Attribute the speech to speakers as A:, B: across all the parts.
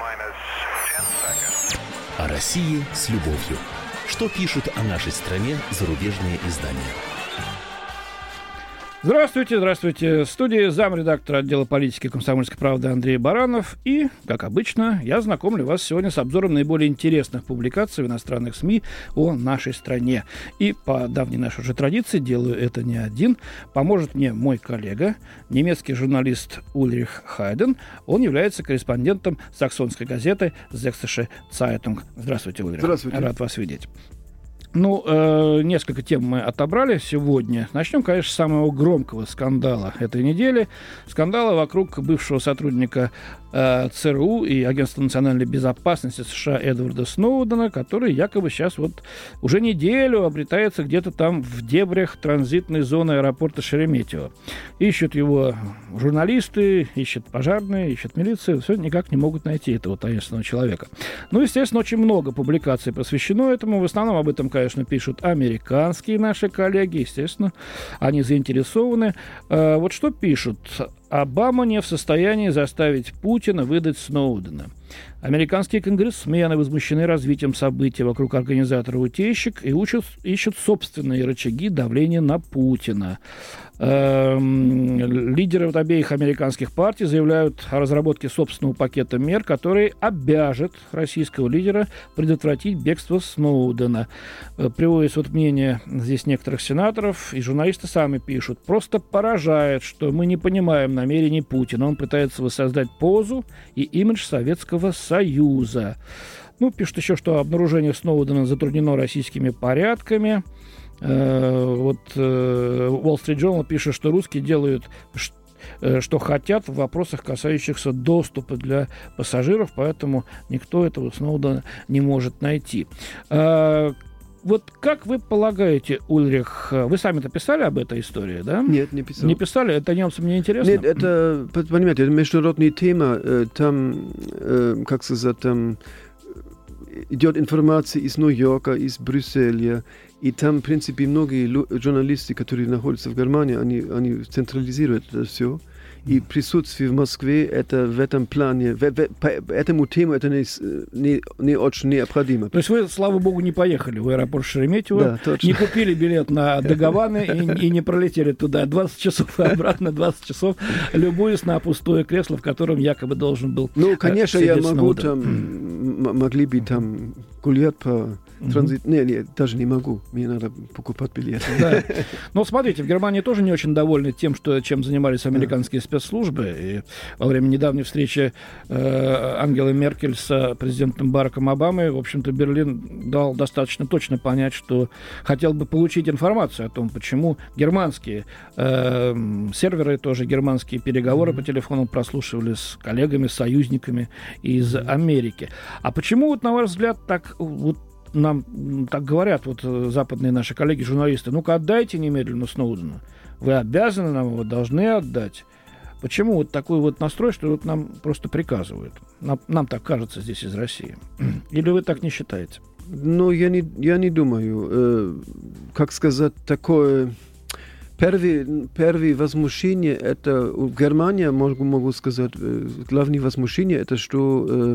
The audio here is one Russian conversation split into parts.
A: О России с любовью. Что пишут о нашей стране зарубежные издания?
B: Здравствуйте, здравствуйте. В студии замредактора отдела политики «Комсомольской правды» Андрей Баранов. И, как обычно, я знакомлю вас сегодня с обзором наиболее интересных публикаций в иностранных СМИ о нашей стране. И по давней нашей уже традиции делаю это не один. Поможет мне мой коллега, немецкий журналист Ульрих Хайден. Он является корреспондентом саксонской газеты «Sächsische Zeitung». Здравствуйте, Ульрих.
C: Здравствуйте.
B: Рад вас видеть. Несколько тем мы отобрали сегодня. Начнем, конечно, с самого громкого скандала этой недели. Скандала вокруг бывшего сотрудника ЦРУ и Агентства национальной безопасности США Эдварда Сноудена, который якобы сейчас вот уже неделю обретается где-то там в дебрях транзитной зоны аэропорта Шереметьево. Ищут его журналисты, ищут пожарные, ищут милиция. Все никак не могут найти этого таинственного человека. Естественно, очень много публикаций посвящено этому. В основном об этом, конечно, пишут американские наши коллеги. Естественно, они заинтересованы. Вот что пишут. Обама не в состоянии заставить Путина выдать Сноудена. Американские конгрессмены возмущены развитием событий вокруг организатора утечек и ищут собственные рычаги давления на Путина. Лидеры обеих американских партий заявляют о разработке собственного пакета мер, который обяжет российского лидера предотвратить бегство Сноудена. Приводится мнение здесь некоторых сенаторов, и журналисты сами пишут. Просто поражает, что мы не понимаем намерений Путина. Он пытается воссоздать позу и имидж Советского Союза. Пишут еще, что обнаружение Сноудена затруднено российскими порядками. Wall Street Journal пишет, что русские делают, что хотят в вопросах, касающихся доступа для пассажиров, поэтому никто этого Сноудена не может найти. Вот как вы полагаете, Ульрих, вы сами-то писали об этой истории, да?
C: Нет, не писал.
B: Не писали? Это немцам не интересно?
C: Нет, это, понимаете, это международная тема. Там, как сказать, там идет информация из Нью-Йорка, из Брюсселя. И там, в принципе, многие журналисты, которые находятся в Германии, они централизируют это все. И присутствие в Москве это в этом плане, по этому тему это не очень необходимо.
B: То есть вы, слава богу, не поехали в аэропорт Шереметьево, да, не купили билет на Дагаваны и не пролетели туда 20 часов и обратно 20 часов, любуясь на пустое кресло, в котором якобы должен был
C: конечно,
B: сидеть
C: я могу
B: Сноуден.
C: Могли бы там гулять по транзиту. Нет, даже не могу. Мне надо покупать билеты.
B: Да. Смотрите, в Германии тоже не очень довольны тем, чем занимались американские спецслужбы. И во время недавней встречи Ангелы Меркель с президентом Бараком Обамой, в общем-то, Берлин дал достаточно точно понять, что хотел бы получить информацию о том, почему германские серверы, тоже германские переговоры по телефону прослушивали с коллегами, с союзниками из Америки. А почему, на ваш взгляд, так нам так говорят западные наши коллеги-журналисты? Ну-ка, отдайте немедленно Сноудена. Вы обязаны нам его, должны отдать. Почему такой настрой, что нам просто приказывают? Нам так кажется здесь из России. Или вы так не считаете?
C: Я не думаю. Как сказать, такое... Первое возмущение, это в Германии, могу сказать, главное возмущение, это что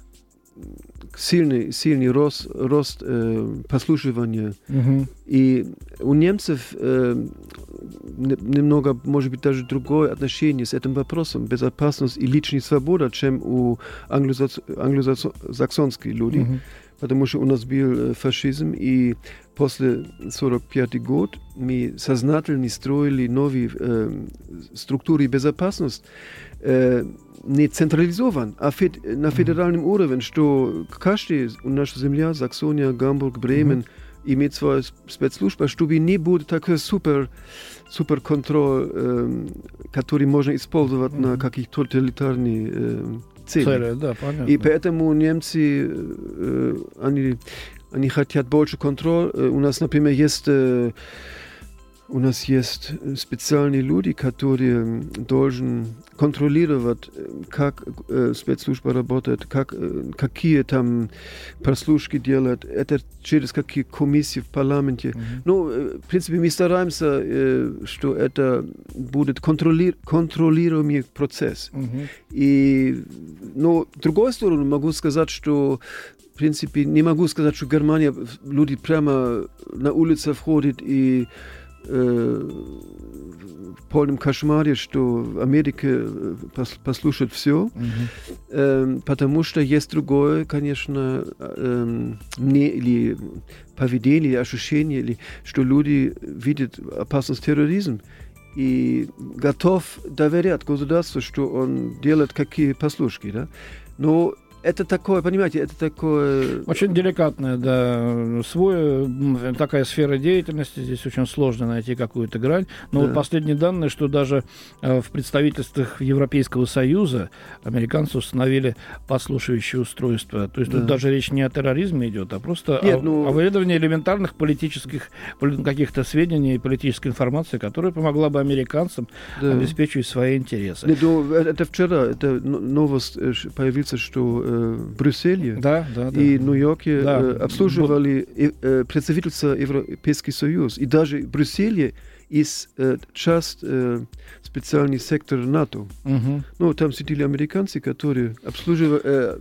C: сильный рост послушивания. И у немцев немного, может быть, даже другое отношение с этим вопросом, безопасность и личная свобода, чем у англосаксонских людей. Потому что у нас был фашизм, и после 1945 года мы сознательно строили новые структуры безопасности, не централизован, а на федеральном уровне, что каждая наша земля, Саксония, Гамбург, Бремен, имеет свою спецслужбу, чтобы не будет такой супер контроль, который можно использовать на каких-то тоталитарных целях.
B: Да, понятно.
C: И поэтому немцы, они хотят больше контроля. У нас, например, есть у нас есть специальные люди, которые должны контролировать, как спецслужба работает, какие там прослушки делают, это через какие комиссии в парламенте. Ну, в принципе, мы стараемся, что это будет контролируемый процесс. И, но, с другой стороны, могу сказать, что в принципе, не могу сказать, что Германия, люди прямо на улице входят и в полном кошмаре, что в Америке послушают все, потому что есть другое, конечно, или поведение, или ощущение, или, что люди видят опасность терроризма и готов доверять государству, что он делает какие послушки, да? Но это такое, понимаете, это такое...
B: Очень деликатная, да, такая сфера деятельности. Здесь очень сложно найти какую-то грань. Но вот последние данные, что даже в представительствах Европейского Союза американцы установили подслушивающие устройства. То есть тут даже речь не о терроризме идет, а просто о выявлении элементарных политических каких-то сведений и политической информации, которая помогла бы американцам обеспечивать свои интересы.
C: Нет, это вчера, это новость появилась, что в Брюсселе и Нью-Йорке обслуживали представительство Европейский Союз. И даже в Брюсселе есть часть специальный сектор НАТО. Ну, там сидели американцы, которые обслуживали...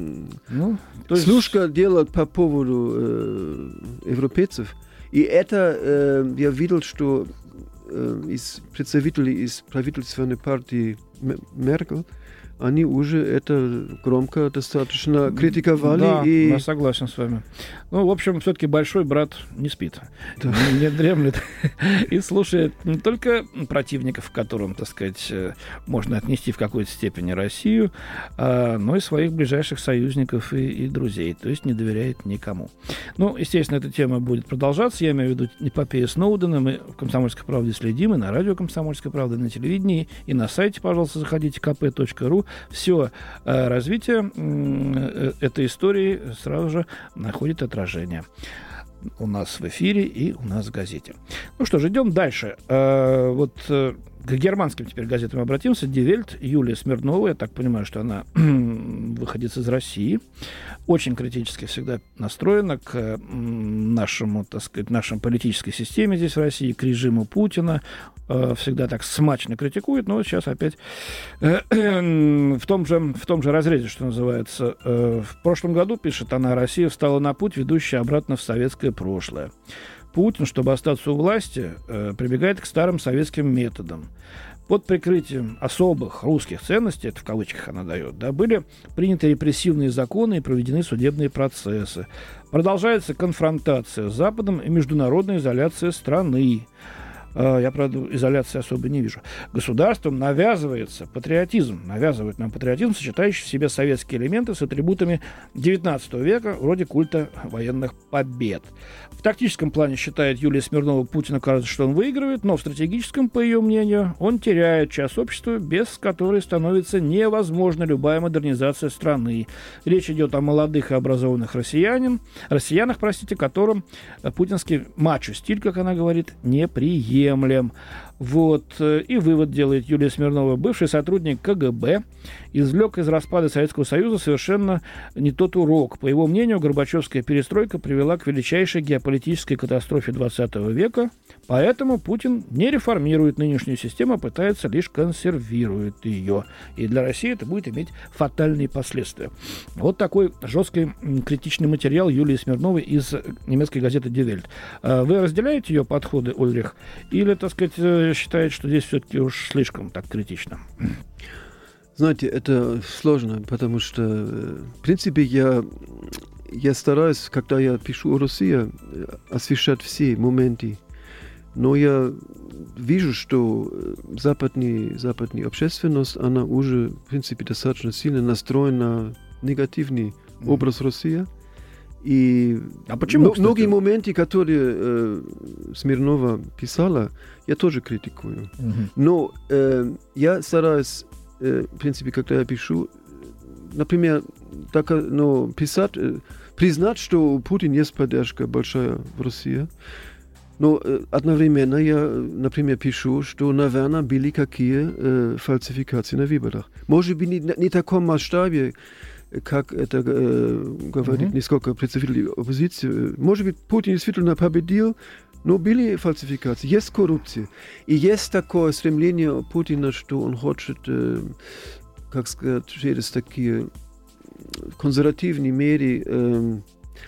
C: служка делают по поводу европейцев. И это я видел, что из представителей из правительственной партии Меркель они уже это громко достаточно критиковали.
B: Да, я согласен с вами. Ну, в общем, все-таки большой брат не спит, не дремлет и слушает не только противников, к которым, так сказать, можно отнести в какой-то степени Россию, но и своих ближайших союзников и друзей, то есть не доверяет никому. Ну, естественно, эта тема будет продолжаться, я имею в виду эпопею Сноудена, мы в «Комсомольской правде» следим, и на радио «Комсомольская правда», и на телевидении, и на сайте, пожалуйста, заходите, kp.ru. Все развитие этой истории сразу же находит отражение у нас в эфире и у нас в газете. Ну что ж, идем дальше. К германским теперь газетам обратимся. Die Welt, Юлия Смирнова, я так понимаю, что она выходец из России, очень критически всегда настроена к нашему, так сказать, нашей политической системе здесь в России, к режиму Путина, всегда так смачно критикует, но сейчас опять в том же разрезе, что называется. В прошлом году, пишет она, Россия встала на путь, ведущий обратно в советское прошлое. Путин, чтобы остаться у власти, прибегает к старым советским методам. Под прикрытием особых русских ценностей, это в кавычках она дает, были приняты репрессивные законы и проведены судебные процессы. Продолжается конфронтация с Западом и международная изоляция страны. Я, правда, изоляции особо не вижу. Государством навязывает нам патриотизм, сочетающий в себе советские элементы с атрибутами XIX века, вроде культа военных побед. В тактическом плане, считает Юлия Смирнова, Путину кажется, что он выигрывает, но в стратегическом, по ее мнению, он теряет часть общества, без которой становится невозможна любая модернизация страны. Речь идет о молодых и образованных россиянах, которым путинский мачо-стиль, как она говорит, неприемлем. И вывод делает Юлия Смирнова. Бывший сотрудник КГБ извлек из распада Советского Союза совершенно не тот урок. По его мнению, Горбачевская перестройка привела к величайшей геополитической катастрофе XX века, поэтому Путин не реформирует нынешнюю систему, а пытается лишь консервировать ее. И для России это будет иметь фатальные последствия. Вот такой жесткий критичный материал Юлии Смирновой из немецкой газеты Die Welt. Вы разделяете ее подходы, Ульрих? Или, так сказать, считает, что здесь все-таки уж слишком так критично?
C: Знаете, это сложно, потому что, в принципе, я стараюсь, когда я пишу о России, освещать все моменты. Но я вижу, что западная общественность, она уже, в принципе, достаточно сильно настроена на негативный образ России. И
B: почему,
C: многие моменты, которые Смирнова писала, я тоже критикую. Но я стараюсь, в принципе, когда я пишу, например, признать, что у Путина есть поддержка большая в России. Но одновременно я, например, пишу, что, наверное, были какие фальсификации на выборах. Может быть, не в таком масштабе, как это говорит несколько представителей оппозиции. Может быть, Путин действительно победил, но были фальсификации. Есть коррупция. И есть такое стремление Путина, что он хочет, как сказать, через такие консервативные меры,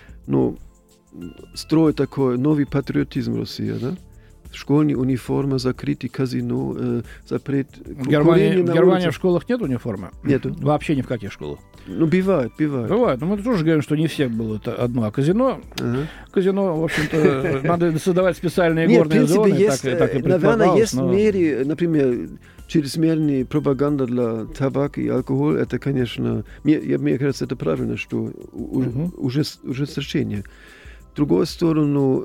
C: строить такой новый патриотизм в России, да? Школьные униформы, закрытие казино, запрет...
B: В Германии в школах нет униформы?
C: Нету.
B: Вообще ни в каких школах?
C: Ну, бывает.
B: Бывает. Но мы тоже говорим, что не всех было это одно. А казино, в общем-то, надо создавать специальные горные зоны.
C: Есть,
B: так и
C: наверное, есть меры, например, чрезмерная пропаганда для табака и алкоголя. Это, конечно, мне кажется, это правильно, что ужесточение. С другой стороны,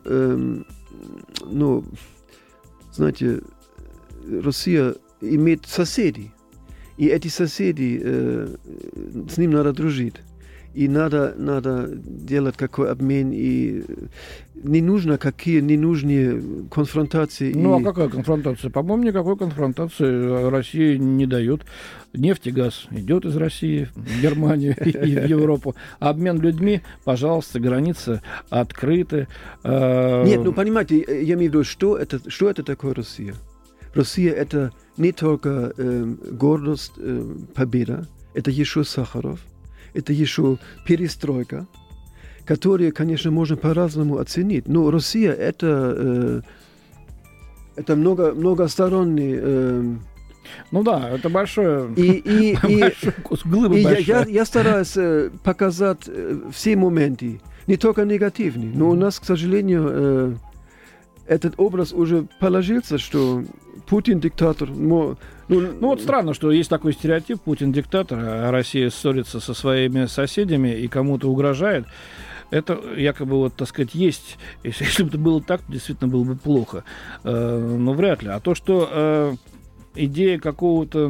C: знаете, Россия имеет соседей. И эти соседи, с ним надо дружить. И надо делать какой обмен. И не нужно какие ненужные конфронтации.
B: Ну, а какая конфронтация? По-моему, никакой конфронтации России не дают. Нефть и газ идет из России в Германию и в Европу. А обмен людьми, пожалуйста, границы открыты.
C: Нет, понимаете, я имею в виду, что это такое Россия? Россия — это не только гордость, победа, это еще Сахаров, это еще перестройка, которую, конечно, можно по-разному оценить. Но Россия — это многосторонний...
B: это большой кусок глыбы.
C: Я стараюсь показать все моменты, не только негативные, но у нас, к сожалению, этот образ уже положился, что Путин диктатор.
B: Странно, что есть такой стереотип: Путин диктатор, а Россия ссорится со своими соседями и кому-то угрожает. Это якобы, есть. Если бы это было так, то действительно было бы плохо. Но вряд ли. А то, что идея какого-то,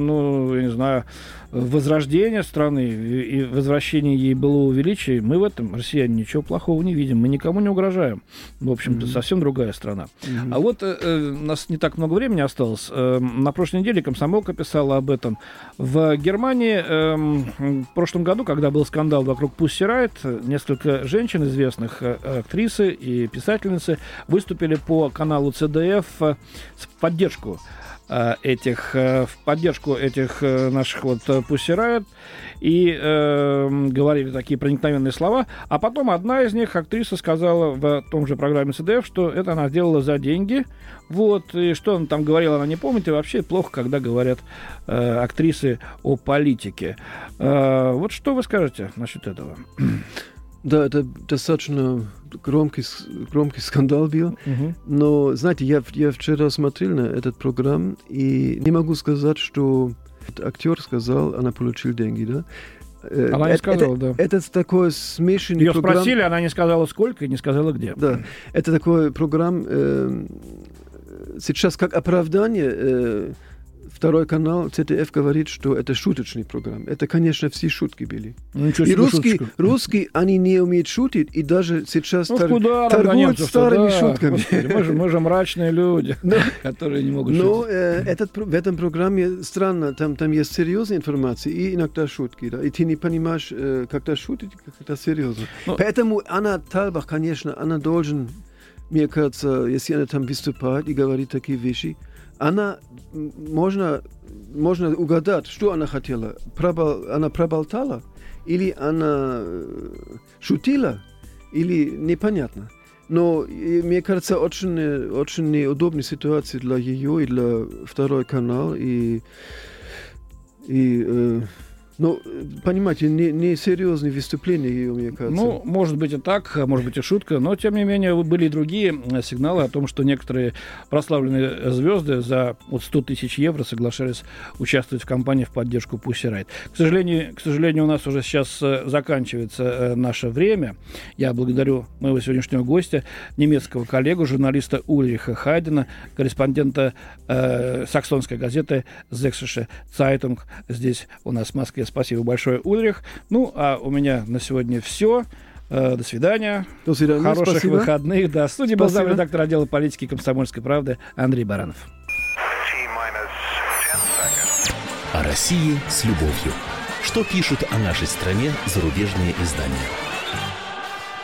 B: возрождения страны и возвращения ей былого величия, мы в этом, россияне, ничего плохого не видим. Мы никому не угрожаем. В общем-то, совсем другая страна. А вот у нас не так много времени осталось. На прошлой неделе «Комсомолка» писала об этом. В Германии в прошлом году, когда был скандал вокруг Pussy Riot, несколько женщин, известных актрисы и писательницы, выступили по каналу CDF в поддержку этих наших Pussy Riot и говорили такие проникновенные слова. А потом одна из них, актриса, сказала в том же программе CDF, что это она сделала за деньги. И что она там говорила, она не помнит. И вообще плохо, когда говорят актрисы о политике. Что вы скажете насчет этого?
C: Да, это достаточно громкий скандал был. Но, знаете, я вчера смотрел на этот программ, и не могу сказать, что актер сказал, она получила деньги, да?
B: Она не сказала, да.
C: Это такой смешанный
B: Ее
C: программ.
B: Спросили, она не сказала сколько и не сказала где.
C: Да, это такой программ сейчас как оправдание. Второй канал CDF говорит, что это шуточный программ. Это, конечно, все шутки были. И русские, они не умеют шутить, и даже сейчас торгуют старыми шутками.
B: Мы же мрачные люди, которые не могут шутить.
C: Но в этом программе странно, там есть серьезная информация и иногда шутки. Да? И ты не понимаешь, когда шутить, когда серьезно. Поэтому Анна Талбах, конечно, она должен, мне кажется, если она там выступает и говорит такие вещи, она можно угадать, что она хотела. Она проболтала, или она шутила, или непонятно. Но мне кажется, очень неудобная ситуация для ее и для второй канал. Понимаете, не серьезные выступления ее, мне кажется.
B: Может быть и так, может быть и шутка, но, тем не менее, были и другие сигналы о том, что некоторые прославленные звезды за 100 тысяч евро соглашались участвовать в кампании в поддержку Pussy Riot. К сожалению, у нас уже сейчас заканчивается наше время. Я благодарю моего сегодняшнего гостя, немецкого коллегу, журналиста Ульриха Хайдена, корреспондента саксонской газеты «Sächsische Zeitung» здесь у нас в Москве. Спасибо большое, Ульрих. А у меня на сегодня все. До свидания.
C: До свидания.
B: Хороших
C: Спасибо.
B: выходных. Да. В студии был
C: Спасибо.
B: замредактор отдела политики «Комсомольской правды» Андрей Баранов.
A: О России с любовью. Что пишут о нашей стране зарубежные издания?